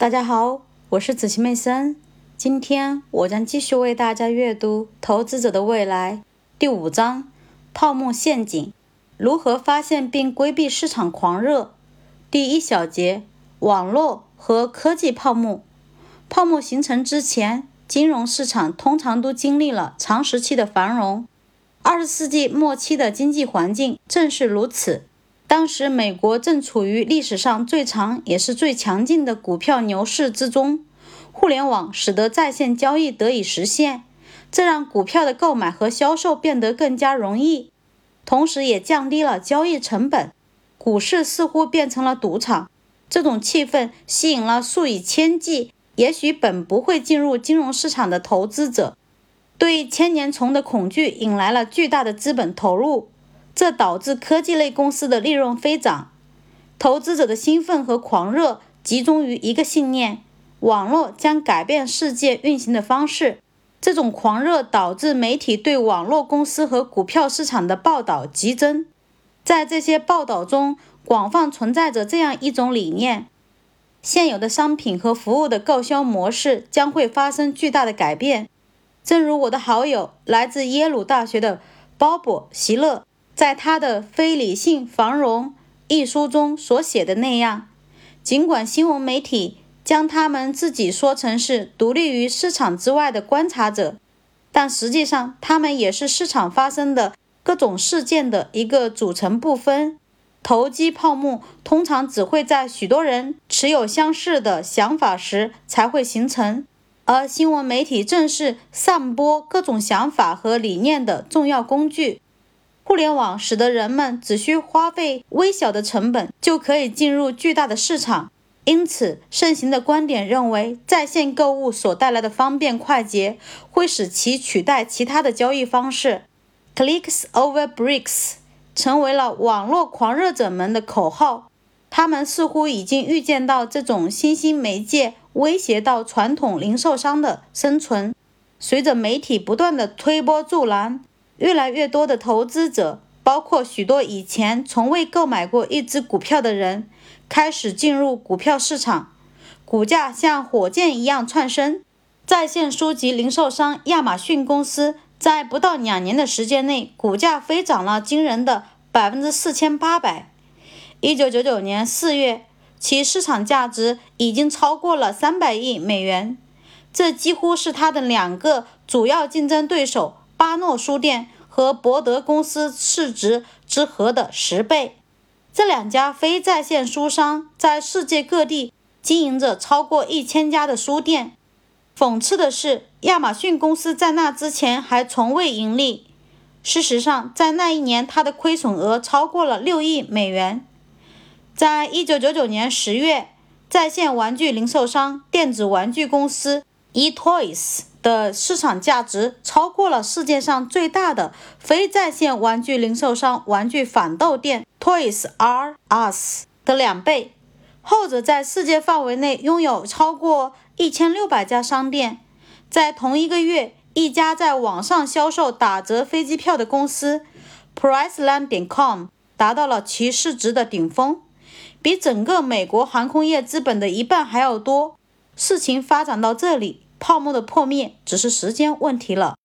大家好，我是子琪妹森。今天我将继续为大家阅读《投资者的未来》第5章：泡沫陷阱，如何发现并规避市场狂热。第1小节：网络和科技泡沫。泡沫形成之前，金融市场通常都经历了长时期的繁荣。20世纪末期的经济环境正是如此。当时美国正处于历史上最长也是最强劲的股票牛市之中，互联网使得在线交易得以实现，这让股票的购买和销售变得更加容易，同时也降低了交易成本。股市似乎变成了赌场，这种气氛吸引了数以千计也许本不会进入金融市场的投资者。对千年虫的恐惧引来了巨大的资本投入，这导致科技类公司的利润飞涨。投资者的兴奋和狂热集中于一个信念：网络将改变世界运行的方式。这种狂热导致媒体对网络公司和股票市场的报道激增。在这些报道中，广泛存在着这样一种理念：现有的商品和服务的购销模式将会发生巨大的改变。正如我的好友来自耶鲁大学的鲍勃·席勒在他的《非理性繁荣》一书中所写的那样，尽管新闻媒体将他们自己说成是独立于市场之外的观察者，但实际上他们也是市场发生的各种事件的一个组成部分。投机泡沫通常只会在许多人持有相似的想法时才会形成，而新闻媒体正是散播各种想法和理念的重要工具。互联网使得人们只需花费微小的成本就可以进入巨大的市场，因此盛行的观点认为，在线购物所带来的方便快捷会使其取代其他的交易方式。 Clicks over bricks 成为了网络狂热者们的口号。他们似乎已经预见到这种新兴媒介威胁到传统零售商的生存。随着媒体不断的推波助澜，越来越多的投资者，包括许多以前从未购买过一只股票的人，开始进入股票市场，股价像火箭一样窜升。在线书籍零售商亚马逊公司在不到2年的时间内，股价飞涨了惊人的 4800%。1999年4月，其市场价值已经超过了300亿美元，这几乎是它的2个主要竞争对手巴诺书店和博德公司市值之和的10倍。这2家非在线书商在世界各地经营着超过1000家的书店。讽刺的是，亚马逊公司在那之前还从未盈利。事实上，在那一年，它的亏损额超过了6亿美元。在1999年10月，在线玩具零售商电子玩具公司 eToys 的市场价值超过了世界上最大的非在线玩具零售商玩具反斗店 Toys R Us 的2倍。后者在世界范围内拥有超过1600家商店。在同一个月，一家在网上销售打折飞机票的公司 Priceline.com 达到了其市值的顶峰，比整个美国航空业资本的1半还要多。事情发展到这里，泡沫的破灭只是时间问题了。